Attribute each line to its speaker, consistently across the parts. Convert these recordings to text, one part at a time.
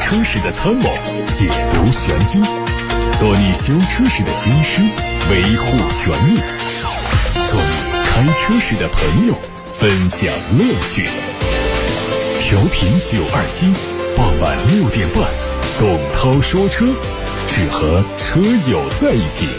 Speaker 1: 车时的参谋，解读玄机，做你修车时的军师，维护权益，做你开车时的朋友，分享乐趣。调频927，傍晚6点半，董涛说车，只和车友在一起。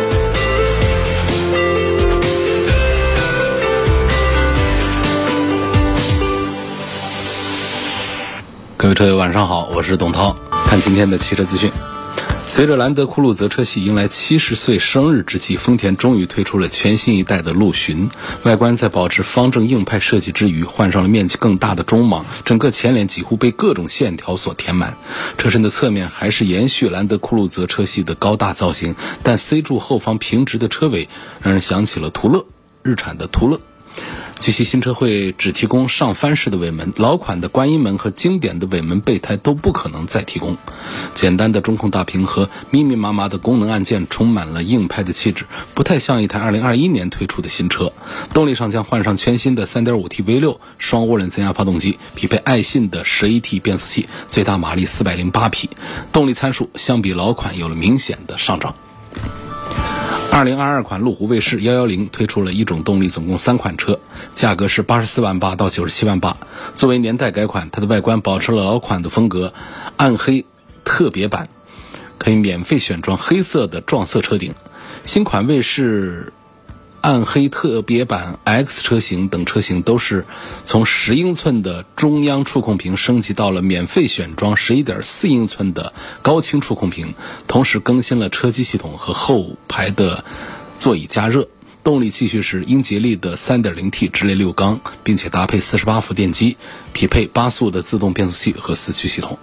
Speaker 2: 各位车友晚上好，我是董涛。看今天的汽车资讯。随着兰德酷路泽车系迎来70岁生日之际，丰田终于推出了全新一代的陆巡。外观在保持方正硬派设计之余，换上了面积更大的中网，整个前脸几乎被各种线条所填满。车身的侧面还是延续兰德酷路泽车系的高大造型，但 C 柱后方平直的车尾让人想起了途乐，日产的途乐。据悉，新车会只提供上翻式的尾门，老款的观音门和经典的尾门备胎都不可能再提供。简单的中控大屏和密密麻麻的功能按键充满了硬派的气质，不太像一台2021年推出的新车。动力上将换上全新的 3.5T V6 双涡轮增压发动机，匹配爱信的 11T 变速器，最大马力408匹。动力参数相比老款有了明显的上涨。2022款路虎卫士110推出了一种动力，总共3款车，价格是84万8到97万8。作为年代改款，它的外观保持了老款的风格，暗黑特别版可以免费选装黑色的撞色车顶。新款卫士暗黑特别版 X 车型等车型都是从10英寸的中央触控屏升级到了免费选装11.4英寸的高清触控屏，同时更新了车机系统和后排的座椅加热。动力继续是英杰利的 3.0T 直列6缸，并且搭配48伏电机，匹配8速的自动变速器和4驱系统。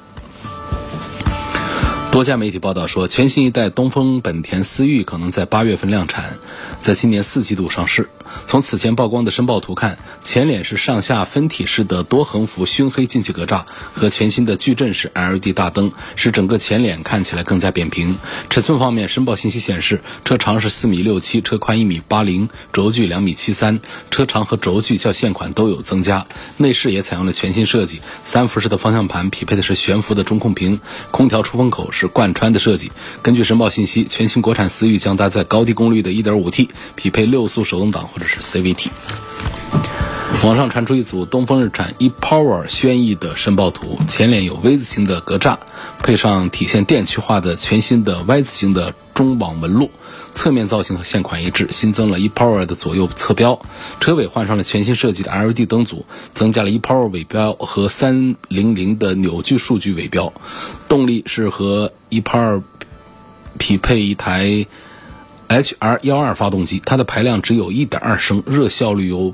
Speaker 2: 多家媒体报道说，全新一代东风本田思域可能在8月份量产，在今年4季度上市。从此前曝光的申报图看，前脸是上下分体式的多横幅熏黑进气格栅和全新的矩阵式 LED 大灯，使整个前脸看起来更加扁平。尺寸方面，申报信息显示，车长是4.67米，车宽1.80米，轴距2.73米，车长和轴距较现款都有增加。内饰也采用了全新设计，3辐式的方向盘匹配的是悬浮的中控屏，空调出风口是贯穿的设计。根据申报信息，全新国产思域将搭载高低功率的 1.5T， 匹配6速手动挡或者是 CVT。 网上传出一组东风日产 ePower 轩逸的申报图，前脸有 V 字形的格栅，配上体现电气化的全新的 Y 字形的中网纹路，侧面造型和现款一致，新增了 ePower 的左右侧标，车尾换上了全新设计的 LED 灯组，增加了 ePower 尾标和300的扭矩数据尾标。动力是和 ePower 匹配一台HR12发动机，它的排量只有 1.2 升，热效率有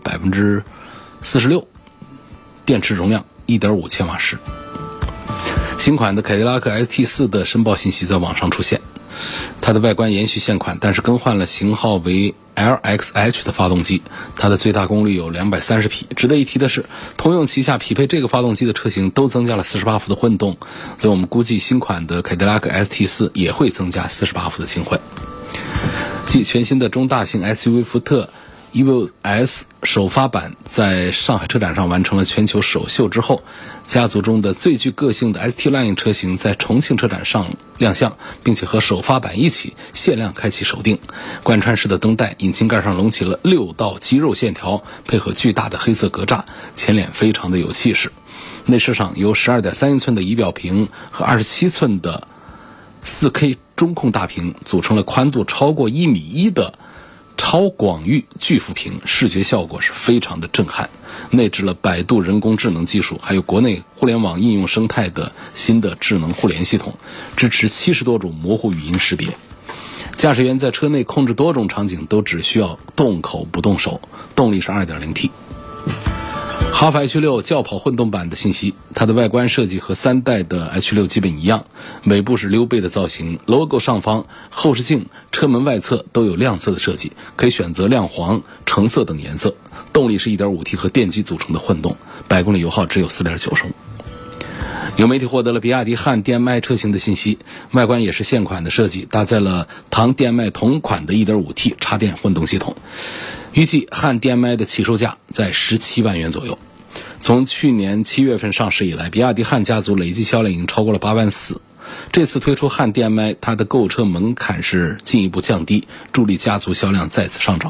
Speaker 2: 46%， 电池容量 1.5 千瓦时。新款的凯迪拉克 ST4 的申报信息在网上出现，它的外观延续现款，但是更换了型号为 LXH 的发动机，它的最大功率有230匹。值得一提的是，通用旗下匹配这个发动机的车型都增加了48伏的混动，所以我们估计新款的凯迪拉克 ST4 也会增加48伏的轻混。继全新的中大型 SUV 福特 Evo S 首发版在上海车展上完成了全球首秀之后，家族中的最具个性的 ST Line 车型在重庆车展上亮相，并且和首发版一起限量开启首订。贯穿式的灯带，引擎盖上隆起了6道肌肉线条，配合巨大的黑色格栅，前脸非常的有气势。内饰上由 12.3 英寸的仪表屏和27寸的 4K 中控大屏组成了宽度超过1.1米的超广域巨幅屏，视觉效果是非常的震撼。内置了百度人工智能技术，还有国内互联网应用生态的新的智能互联系统，支持70多种模糊语音识别。驾驶员在车内控制多种场景都只需要动口不动手。动力是 2.0T。哈弗 H6 轿跑混动版的信息，它的外观设计和3代的 H6 基本一样，尾部是溜背的造型， logo 上方、后视镜、车门外侧都有亮色的设计，可以选择亮黄、橙色等颜色。动力是 1.5T 和电机组成的混动，100公里油耗只有 4.9 升。有媒体获得了比亚迪汉 DM-i 车型的信息，外观也是现款的设计，搭载了唐 DM-i 同款的 1.5T 插电混动系统。预计汉 DM-i 的起售价在17万元左右。 从去年7月份上市以来，比亚迪汉家族累计销量已经超过了8万4。这次推出汉 DM-i， 它的购物车门槛是进一步降低，助力家族销量再次上涨。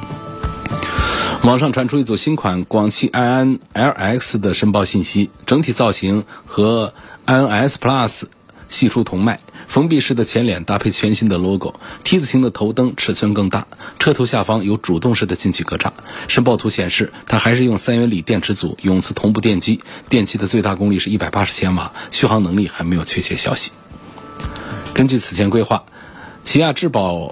Speaker 2: 网上传出一组新款广汽埃安 LX 的申报信息，整体造型和 INS Plus 系出同迈，封闭式的前脸搭配全新的 logo， T 字形的头灯尺寸更大，车头下方有主动式的进气格栅。申报图显示，它还是用3元锂电池组永磁同步电机，电机的最大功率是180千瓦，续航能力还没有确切消息。根据此前规划，起亚智宝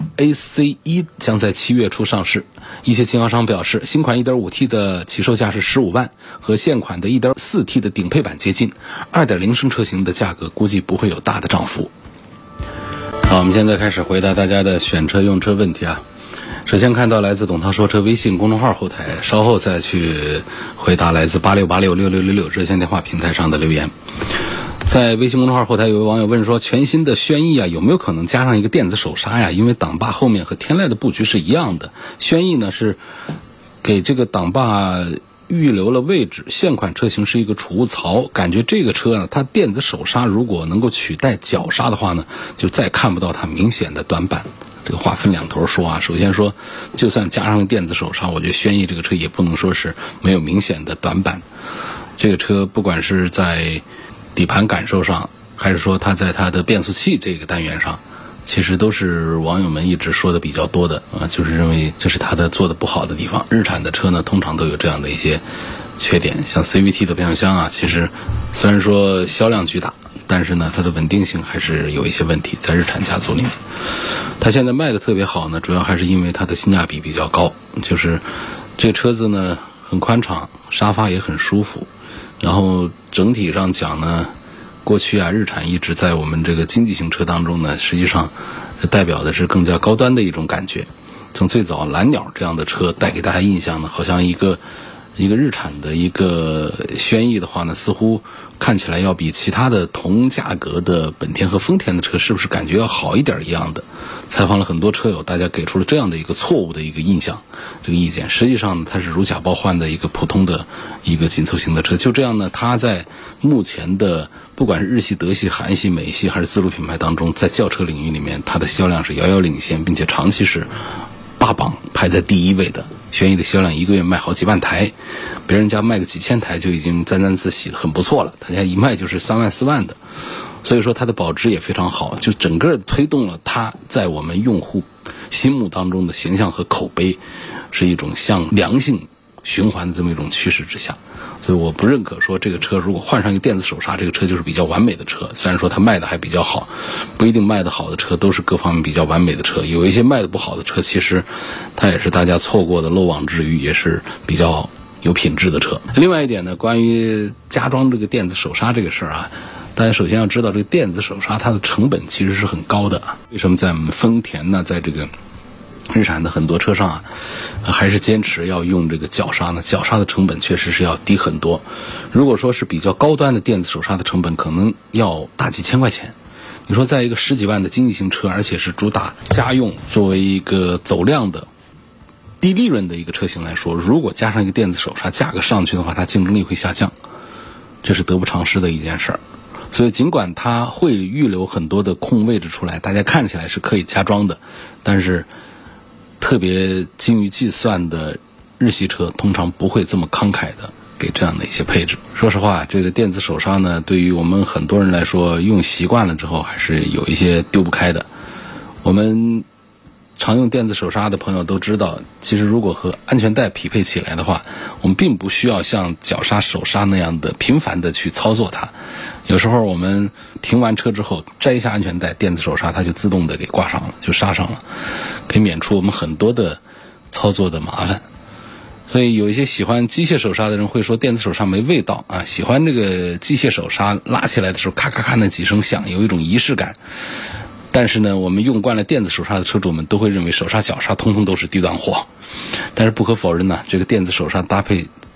Speaker 2: AC1 将在7月初上市。一些经销商表示，新款 1.5T 的起售价是15万，和现款的 1.4T 的顶配版接近。2.0升车型的价格估计不会有大的涨幅。好，我们现在开始回答大家的选车用车问题啊。首先看到来自董涛说车微信公众号后台，稍后再去回答来自86866666热线电话平台上的留言。在微信公众号后台有位网友问说，全新的轩逸啊有没有可能加上一个电子手刹呀？因为挡把后面和天籁的布局是一样的，轩逸呢是给这个挡把预留了位置，现款车型是一个储物槽，感觉这个车呢它电子手刹如果能够取代脚刹的话呢，就再看不到它明显的短板。这个话分两头说啊，首先说就算加上电子手刹，我觉得轩逸这个车也不能说是没有明显的短板。这个车不管是在底盘感受上，还是说它在它的变速器这个单元上，其实都是网友们一直说的比较多的啊，就是认为这是它的做的不好的地方。日产的车呢通常都有这样的一些缺点，像 CVT 的变速箱啊，其实虽然说销量巨大，但是呢它的稳定性还是有一些问题，在日产家族里面。它现在卖的特别好呢，主要还是因为它的性价比比较高，就是这个车子呢很宽敞，沙发也很舒服，然后整体上讲呢，过去啊日产一直在我们这个经济型车当中呢，实际上代表的是更加高端的一种感觉。从最早蓝鸟这样的车带给大家印象呢，好像一个日产的一个轩逸的话呢，似乎看起来要比其他的同价格的本田和丰田的车是不是感觉要好一点一样的。采访了很多车友，大家给出了这样的一个错误的一个印象，这个意见实际上它是如假包换的一个普通的一个紧凑型的车。就这样呢，它在目前的不管是日系、德系、韩系、美系还是自主品牌当中，在轿车领域里面它的销量是遥遥领先，并且长期是霸榜排在第1位的。轩逸的销量一个月卖好几万台，别人家卖个几千台就已经沾沾自喜很不错了，他家一卖就是3万4万的，所以说它的保值也非常好，就整个推动了它在我们用户心目当中的形象和口碑是一种向良性循环的这么一种趋势之下。所以我不认可说这个车如果换上一个电子手刹，这个车就是比较完美的车。虽然说它卖的还比较好，不一定卖的好的车都是各方面比较完美的车，有一些卖的不好的车，其实它也是大家错过的漏网之鱼，也是比较有品质的车。另外一点呢，关于加装这个电子手刹这个事儿啊，大家首先要知道，这个电子手刹它的成本其实是很高的。为什么在我们丰田呢，在这个日产的很多车上啊，还是坚持要用这个脚刹呢？脚刹的成本确实是要低很多。如果说是比较高端的电子手刹的成本，可能要大几千块钱。你说在一个10几万的经济型车，而且是主打家用，作为一个走量的低利润的一个车型来说，如果加上一个电子手刹，价格上去的话，它竞争力会下降，这是得不偿失的一件事儿。所以尽管它会预留很多的空位置出来，大家看起来是可以加装的，但是特别精于计算的日系车通常不会这么慷慨的给这样的一些配置。说实话，这个电子手刹呢，对于我们很多人来说，用习惯了之后还是有一些丢不开的。我们常用电子手刹的朋友都知道，其实如果和安全带匹配起来的话，我们并不需要像脚刹、手刹那样的频繁的去操作它。有时候我们停完车之后摘下安全带，电子手刹它就自动的给挂上了，就刹上了，可以免除我们很多的操作的麻烦。所以有一些喜欢机械手刹的人会说电子手刹没味道啊，喜欢这个机械手刹拉起来的时候咔咔咔那几声响，有一种仪式感。但是呢，我们用惯了电子手刹的车主们都会认为手刹、脚刹通通都是低端货。但是不可否认呢，这个电子手刹搭配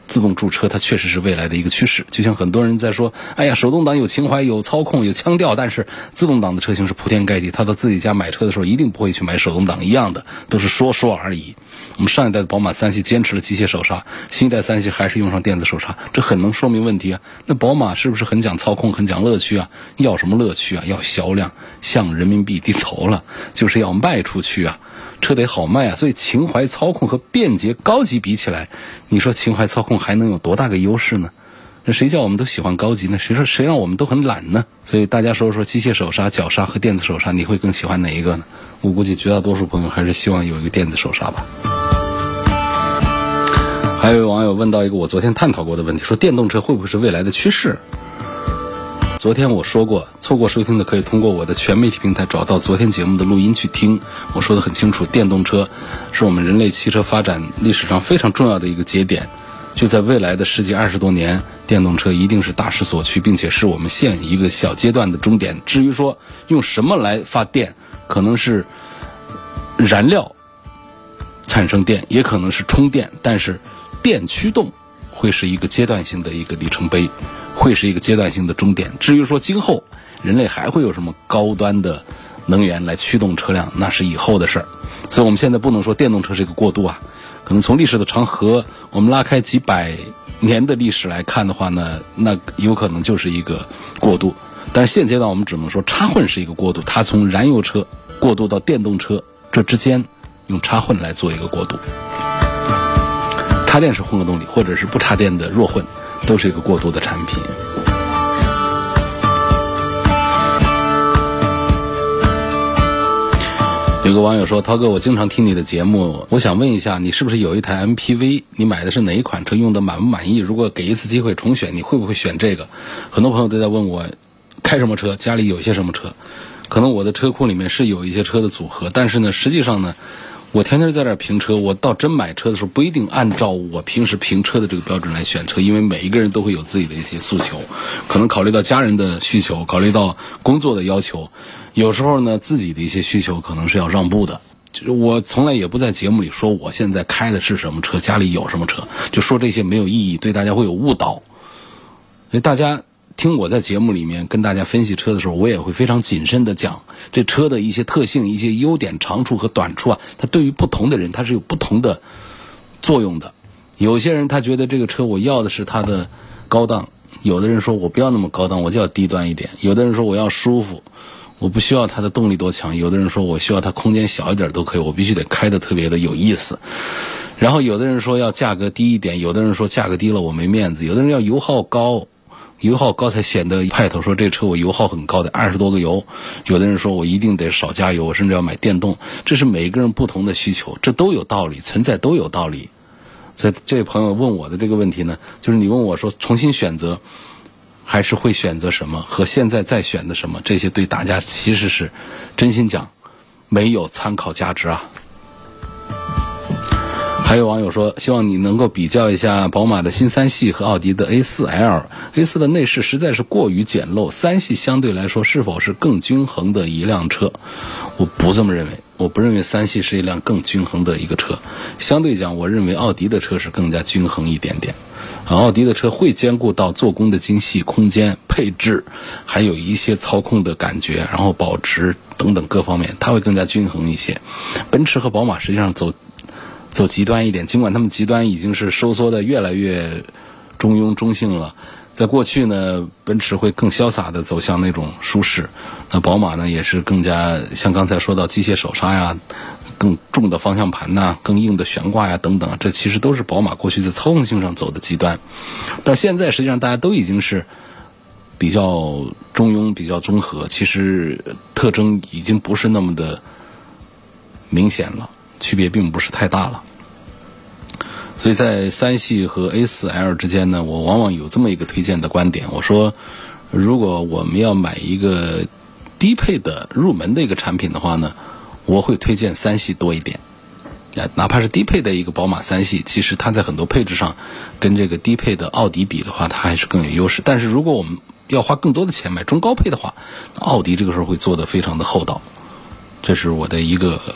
Speaker 2: 自动驻车它确实是未来的一个趋势。就像很多人在说，哎呀，手动挡有情怀、有操控、有腔调，但是自动挡的车型是铺天盖地，他到自己家买车的时候一定不会去买手动挡一样的，都是说而已。我们上一代的宝马3系坚持了机械手刹，新一代3系还是用上电子手刹，这很能说明问题啊。那宝马是不是很讲操控、很讲乐趣啊？要什么乐趣啊？要销量，向人民币低头了，就是要卖出去啊。车得好卖啊，所以情怀、操控和便捷、高级比起来，你说情怀、操控还能有多大个优势呢？那谁叫我们都喜欢高级呢？谁让我们都很懒呢？所以大家说机械手刹、脚刹和电子手刹，你会更喜欢哪一个呢？我估计绝大多数朋友还是希望有一个电子手刹吧。还有一位网友问到一个我昨天探讨过的问题，说电动车会不会是未来的趋势？昨天我说过，错过收听的可以通过我的全媒体平台找到昨天节目的录音去听。我说得很清楚，电动车是我们人类汽车发展历史上非常重要的一个节点，就在未来的10几20多年，电动车一定是大势所趋，并且是我们现一个小阶段的终点。至于说用什么来发电，可能是燃料产生电，也可能是充电，但是电驱动会是一个阶段性的一个里程碑，会是一个阶段性的终点。至于说今后人类还会有什么高端的能源来驱动车辆，那是以后的事儿。所以我们现在不能说电动车是一个过渡啊，可能从历史的长河，我们拉开几百年的历史来看的话呢，那有可能就是一个过渡。但是现阶段我们只能说插混是一个过渡，它从燃油车过渡到电动车，这之间用插混来做一个过渡。插电式混合动力或者是不插电的弱混，都是一个过渡的产品。有个网友说，涛哥，我经常听你的节目，我想问一下，你是不是有一台 MPV？ 你买的是哪一款车？用的满不满意？如果给一次机会重选，你会不会选这个？很多朋友都在问我开什么车，家里有些什么车。可能我的车库里面是有一些车的组合，但是呢，实际上呢，我天天在这儿评车，我到真买车的时候不一定按照我平时评车的这个标准来选车，因为每一个人都会有自己的一些诉求，可能考虑到家人的需求，考虑到工作的要求，有时候呢自己的一些需求可能是要让步的。就是我从来也不在节目里说我现在开的是什么车，家里有什么车，就说这些没有意义，对大家会有误导。所以大家听我在节目里面跟大家分析车的时候，我也会非常谨慎的讲这车的一些特性、一些优点、长处和短处啊，它对于不同的人它是有不同的作用的。有些人他觉得这个车我要的是它的高档，有的人说我不要那么高档，我就要低端一点，有的人说我要舒服，我不需要它的动力多强，有的人说我需要它空间小一点都可以，我必须得开得特别的有意思。然后有的人说要价格低一点，有的人说价格低了我没面子，有的人要油耗高，油耗高才显得派头，说这车我油耗很高的20多个油，有的人说我一定得少加油，我甚至要买电动。这是每个人不同的需求，这都有道理，存在都有道理。所以这位朋友问我的这个问题呢，就是你问我说重新选择还是会选择什么，和现在再选的什么，这些对大家其实是真心讲没有参考价值啊。还有网友说，希望你能够比较一下宝马的新3系和奥迪的 A4L。A4 的内饰实在是过于简陋，3系相对来说是否是更均衡的一辆车？我不这么认为，我不认为3系是一辆更均衡的一个车。相对讲，我认为奥迪的车是更加均衡一点点。奥迪的车会兼顾到做工的精细、空间、配置，还有一些操控的感觉，然后保值等等各方面，它会更加均衡一些。奔驰和宝马实际上走极端一点，尽管他们极端已经是收缩的越来越中庸中性了。在过去呢，奔驰会更潇洒的走向那种舒适，那宝马呢也是更加像刚才说到机械手刹呀，更重的方向盘呐，更硬的悬挂呀等等，这其实都是宝马过去在操控性上走的极端。到现在实际上大家都已经是比较中庸、比较综合，其实特征已经不是那么的明显了，区别并不是太大了。所以在3系和 A4L 之间呢，我往往有这么一个推荐的观点，我说如果我们要买一个低配的入门的一个产品的话呢，我会推荐3系多一点。哪怕是低配的一个宝马3系，其实它在很多配置上跟这个低配的奥迪比的话，它还是更有优势。但是如果我们要花更多的钱买中高配的话，奥迪这个时候会做得非常的厚道，这是我的一个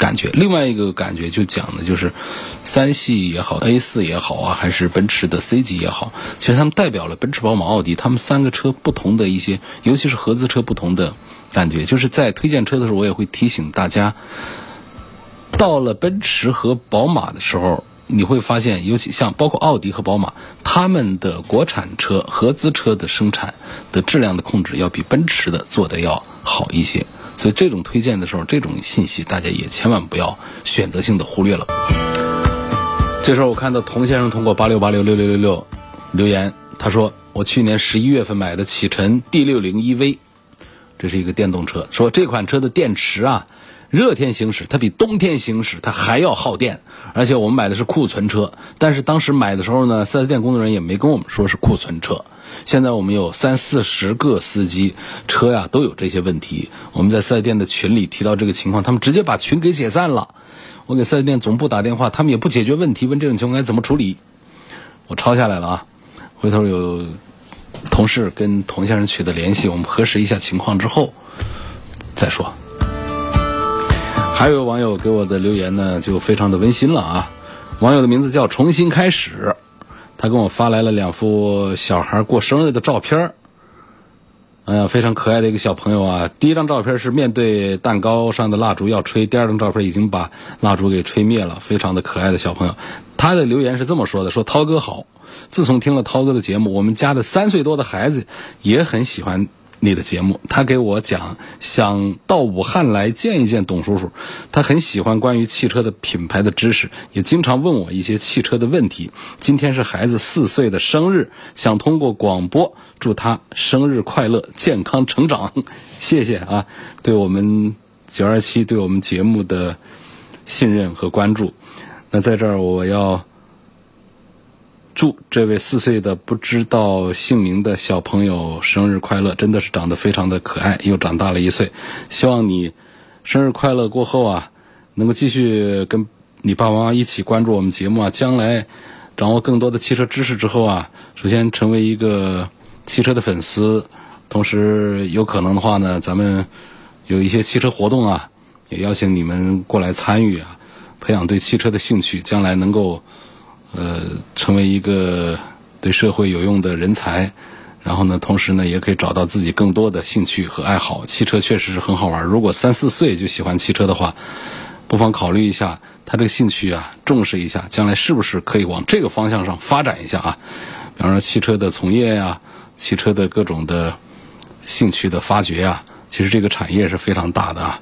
Speaker 2: 感觉。另外一个感觉就讲的就是3系也好 A4 也好啊，还是奔驰的 C 级也好，其实他们代表了奔驰宝马奥迪他们3个车不同的一些，尤其是合资车不同的感觉。就是在推荐车的时候，我也会提醒大家，到了奔驰和宝马的时候，你会发现尤其像包括奥迪和宝马，他们的国产车合资车的生产的质量的控制要比奔驰的做的要好一些。所以这种推荐的时候，这种信息大家也千万不要选择性的忽略了。这时候我看到童先生通过86866666留言，他说我去年11月份买的启辰 D60EV， 这是一个电动车，说这款车的电池啊，热天行驶它比冬天行驶它还要耗电，而且我们买的是库存车，但是当时买的时候呢，4S店工作人员也没跟我们说是库存车。现在我们有30-40个司机，车呀都有这些问题。我们在4S店的群里提到这个情况，他们直接把群给解散了。我给4S店总部打电话，他们也不解决问题，问这种情况该怎么处理。我抄下来了啊，回头有同事跟童先生取得联系，我们核实一下情况之后再说。还有网友给我的留言呢，就非常的温馨了啊。网友的名字叫重新开始，他跟我发来了2幅小孩过生日的照片，非常可爱的一个小朋友啊。第一张照片是面对蛋糕上的蜡烛要吹，第二张照片已经把蜡烛给吹灭了，非常的可爱的小朋友。他的留言是这么说的，说涛哥好，自从听了涛哥的节目，我们家的3岁多的孩子也很喜欢你的节目，他给我讲想到武汉来见一见董叔叔，他很喜欢关于汽车的品牌的知识，也经常问我一些汽车的问题。今天是孩子4岁的生日，想通过广播祝他生日快乐，健康成长。谢谢啊，对我们927对我们节目的信任和关注。那在这儿我要祝这位4岁的不知道姓名的小朋友生日快乐，真的是长得非常的可爱，又长大了1岁。希望你生日快乐过后啊，能够继续跟你爸爸妈妈一起关注我们节目啊，将来掌握更多的汽车知识之后啊，首先成为一个汽车的粉丝，同时有可能的话呢，咱们有一些汽车活动啊，也邀请你们过来参与啊，培养对汽车的兴趣，将来能够成为一个对社会有用的人才，然后呢，同时呢，也可以找到自己更多的兴趣和爱好。汽车确实是很好玩，如果3、4岁就喜欢汽车的话，不妨考虑一下他这个兴趣啊，重视一下，将来是不是可以往这个方向上发展一下啊？比方说汽车的从业呀，汽车的各种的兴趣的发掘呀，其实这个产业是非常大的啊。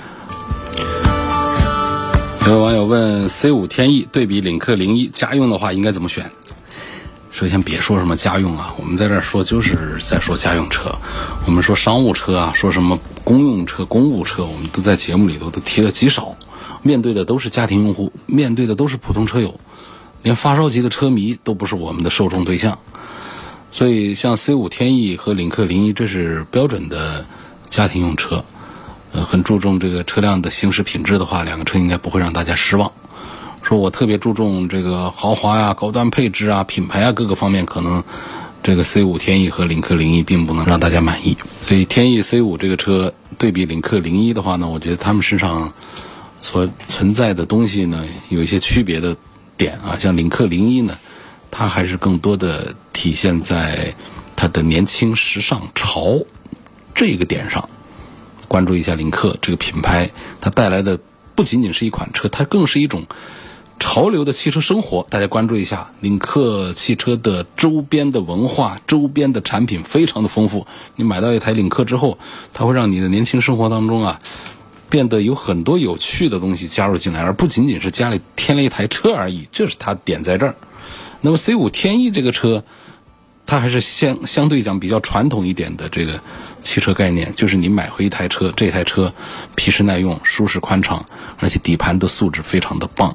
Speaker 2: 有位网友问 C5 天翼对比领克01家用的话应该怎么选？首先别说什么家用啊，我们在这儿说就是在说家用车。我们说商务车啊，说什么公用车、公务车，我们都在节目里头都提了极少。面对的都是家庭用户，面对的都是普通车友，连发烧级的车迷都不是我们的受众对象。所以像 C5 天翼和领克01，这是标准的家庭用车。很注重这个车辆的行驶品质的话，两个车应该不会让大家失望。说我特别注重这个豪华呀、高端配置啊、品牌啊各个方面，可能这个 C5 天翼和领克01并不能让大家满意。所以天翼 C5 这个车对比领克01的话呢，我觉得他们身上所存在的东西呢有一些区别的点啊。像领克01呢，它还是更多的体现在它的年轻、时尚、潮这个点上。关注一下领克这个品牌，它带来的不仅仅是一款车，它更是一种潮流的汽车生活。大家关注一下领克汽车的周边的文化、周边的产品非常的丰富。你买到一台领克之后，它会让你的年轻生活当中啊变得有很多有趣的东西加入进来，而不仅仅是家里添了一台车而已，这是它点在这儿。那么 C5 天翼这个车，它还是相对讲比较传统一点的这个汽车概念，就是你买回一台车，这台车皮实耐用、舒适宽敞，而且底盘的素质非常的棒。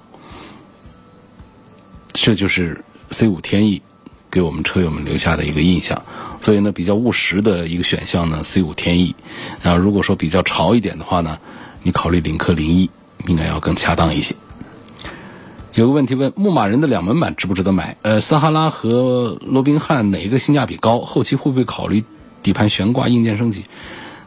Speaker 2: 这就是 C5 天翼给我们车友们留下的一个印象。所以呢，比较务实的一个选项呢 C5 天翼。然后如果说比较潮一点的话呢，你考虑领克01应该要更恰当一些。有个问题问，牧马人的2门版值不值得买？撒哈拉和罗宾汉哪一个性价比高？后期会不会考虑底盘悬挂硬件升级？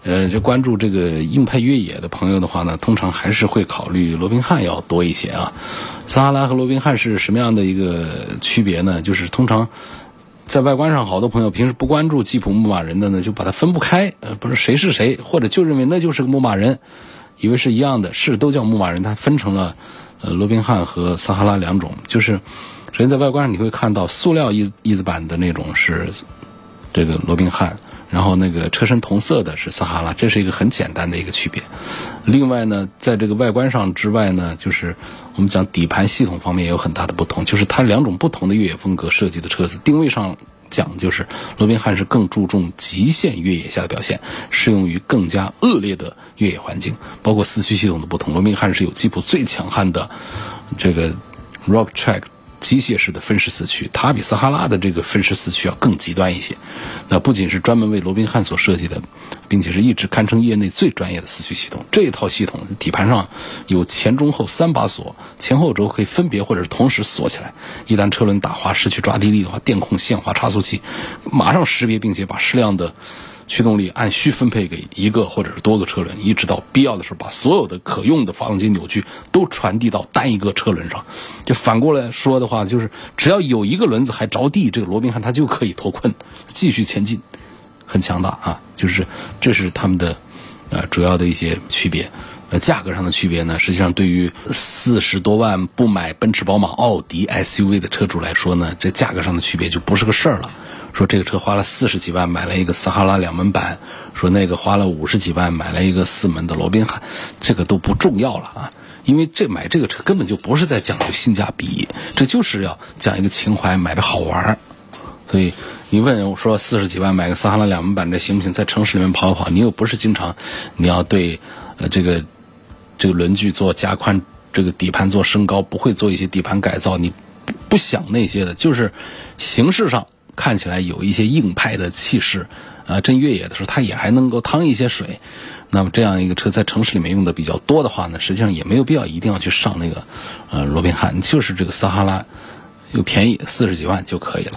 Speaker 2: 就关注这个硬派越野的朋友的话呢，通常还是会考虑罗宾汉要多一些啊。撒哈拉和罗宾汉是什么样的一个区别呢？就是通常在外观上，好多朋友平时不关注吉普牧马人的呢，就把它分不开，不是谁是谁，或者就认为那就是个牧马人，以为是一样的，是都叫牧马人，它分成了罗宾汉和撒哈拉两种。就是首先在外观上你会看到塑料翼子板的那种是这个罗宾汉，然后那个车身同色的是撒哈拉，这是一个很简单的一个区别。另外呢，在这个外观上之外呢，就是我们讲底盘系统方面也有很大的不同，就是它两种不同的越野风格设计的车子，定位上讲就是罗宾汉是更注重极限越野下的表现，适用于更加恶劣的越野环境，包括四驱系统的不同。罗宾汉是有吉普最强悍的这个 Rock Track机械式的分时四驱，它比撒哈拉的这个分时四驱要更极端一些。那不仅是专门为罗宾汉所设计的，并且是一直堪称业内最专业的四驱系统。这一套系统底盘上有前中后3把锁，前后轴可以分别或者是同时锁起来，一旦车轮打滑失去抓地力的话，电控限滑差速器马上识别，并且把适量的驱动力按需分配给一个或者是多个车轮，一直到必要的时候把所有的可用的发动机扭矩都传递到单一个车轮上。就反过来说的话，就是只要有一个轮子还着地，这个罗宾汉它就可以脱困继续前进，很强大啊。就是这是他们的主要的一些区别。价格上的区别呢，实际上对于40多万不买奔驰宝马奥迪 SUV 的车主来说呢，这价格上的区别就不是个事儿了。说这个车花了40几万买了一个撒哈拉2门版，说那个花了50几万买了一个4门的罗宾汉，这个都不重要了啊。因为买这个车根本就不是在讲究性价比，这就是要讲一个情怀，买着好玩。所以你问我说40几万买个撒哈拉2门版这行不行？在城市里面跑一跑，你又不是经常你要对这个轮距做加宽，这个底盘做升高，不会做一些底盘改造，你不想那些的，就是形式上看起来有一些硬派的气势真越野的时候它也还能够趟一些水。那么这样一个车在城市里面用的比较多的话呢，实际上也没有必要一定要去上那个罗宾汉，就是这个撒哈拉又便宜40几万就可以了。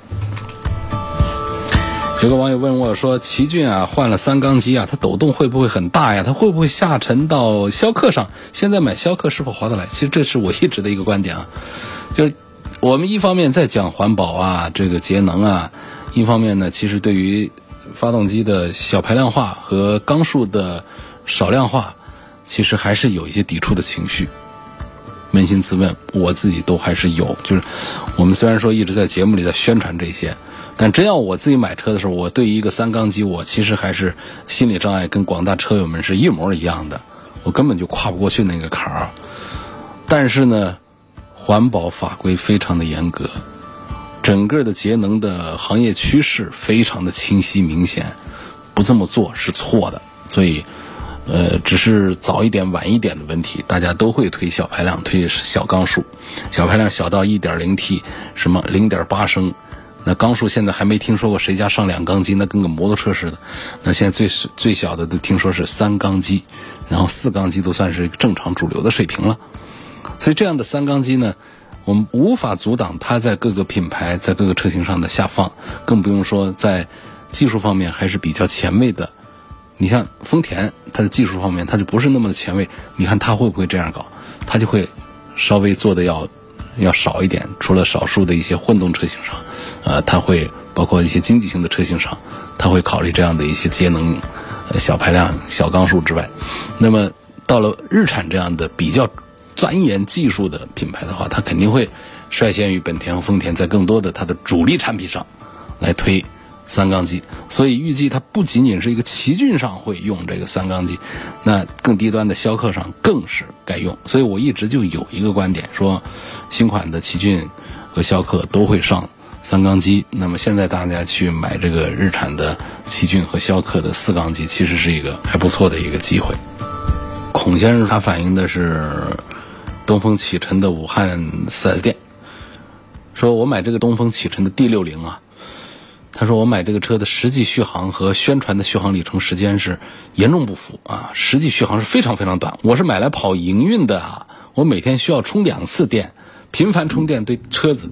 Speaker 2: 有个网友问我说，奇骏换了3缸机它抖动会不会很大呀？它会不会下沉到逍客上？现在买逍客是否划得来？其实这是我一直的一个观点就是我们一方面在讲环保这个节能一方面呢，其实对于发动机的小排量化和缸数的少量化，其实还是有一些抵触的情绪。扪心自问，我自己都还是有。就是我们虽然说一直在节目里在宣传这些，但真要我自己买车的时候，我对于一个3缸机，我其实还是心理障碍跟广大车友们是一模一样的，我根本就跨不过去那个坎儿。但是呢，环保法规非常的严格，整个的节能的行业趋势非常的清晰明显，不这么做是错的。所以只是早一点晚一点的问题，大家都会推小排量，推小缸数，小排量小到 1.0T 什么 0.8 升，那缸数现在还没听说过谁家上2缸机，那跟个摩托车似的。那现在最小的都听说是3缸机，然后4缸机都算是正常主流的水平了。所以这样的3缸机呢，我们无法阻挡它在各个品牌在各个车型上的下放，更不用说在技术方面还是比较前卫的。你像丰田，它的技术方面它就不是那么的前卫，你看它会不会这样搞？它就会稍微做的要少一点，除了少数的一些混动车型上它会包括一些经济型的车型上，它会考虑这样的一些节能小排量小缸数之外，那么到了日产这样的比较钻研技术的品牌的话，它肯定会率先于本田和丰田在更多的它的主力产品上来推3缸机。所以预计它不仅仅是一个奇骏上会用这个3缸机，那更低端的逍客上更是该用。所以我一直就有一个观点，说新款的奇骏和逍客都会上3缸机。那么现在大家去买这个日产的奇骏和逍客的4缸机，其实是一个还不错的一个机会。孔先生他反映的是东风启辰的武汉 4S 店，说我买这个东风启辰的 D60他说我买这个车的实际续航和宣传的续航里程时间是严重不符实际续航是非常非常短。我是买来跑营运的我每天需要充2次电，频繁充电对车子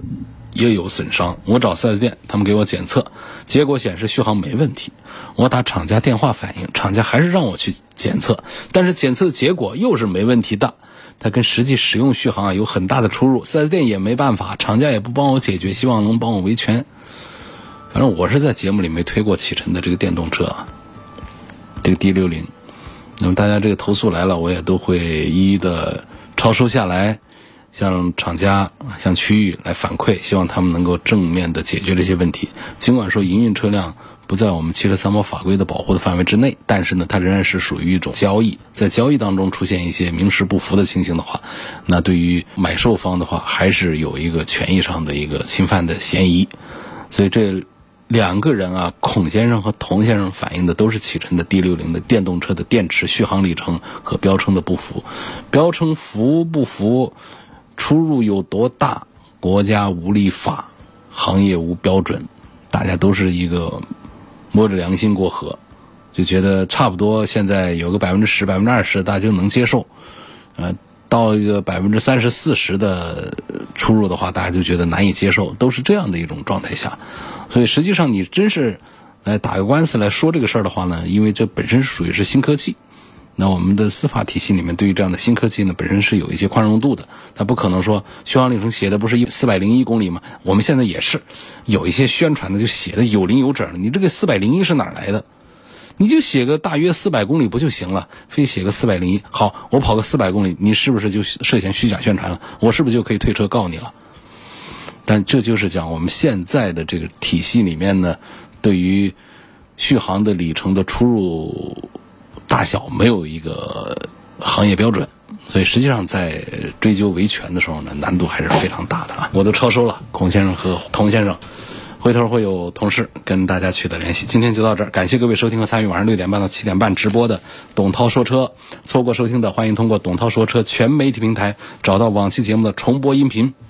Speaker 2: 也有损伤。我找 4S 店，他们给我检测，结果显示续航没问题。我打厂家电话反映，厂家还是让我去检测，但是检测的结果又是没问题的，它跟实际使用续航有很大的出入。4S 店也没办法，厂家也不帮我解决，希望能帮我维权。反正我是在节目里没推过启辰的这个电动车啊，这个 D60。那么大家这个投诉来了，我也都会一一的抄收下来，向厂家、向区域来反馈，希望他们能够正面的解决这些问题。尽管说营运车辆不在我们汽车三包法规的保护的范围之内，但是呢，它仍然是属于一种交易。在交易当中出现一些名实不符的情形的话，那对于买受方的话，还是有一个权益上的一个侵犯的嫌疑。所以这两个人啊，孔先生和童先生反映的都是启辰的 D60 的电动车的电池续航里程和标称的不符。标称符不符，出入有多大，国家无立法，行业无标准，大家都是一个摸着良心过河，就觉得差不多现在有个10%、20%大家就能接受，到一个30%、40%的出入的话，大家就觉得难以接受，都是这样的一种状态下。所以实际上你真是来打个官司来说这个事儿的话呢，因为这本身属于是新科技，那我们的司法体系里面对于这样的新科技呢，本身是有一些宽容度的，它不可能说续航里程写的不是401公里吗？我们现在也是有一些宣传的就写的有零有整，你这个401是哪儿来的？你就写个大约400公里不就行了，非写个401。好，我跑个400公里，你是不是就涉嫌虚假宣传了？我是不是就可以退车告你了？但这就是讲我们现在的这个体系里面呢，对于续航的里程的出入大小没有一个行业标准，所以实际上在追究维权的时候呢，难度还是非常大的啊。我都抄收了孔先生和童先生，回头会有同事跟大家取得联系。今天就到这儿，感谢各位收听和参与晚上6点半到7点半直播的董涛说车。错过收听的，欢迎通过董涛说车全媒体平台找到往期节目的重播音频。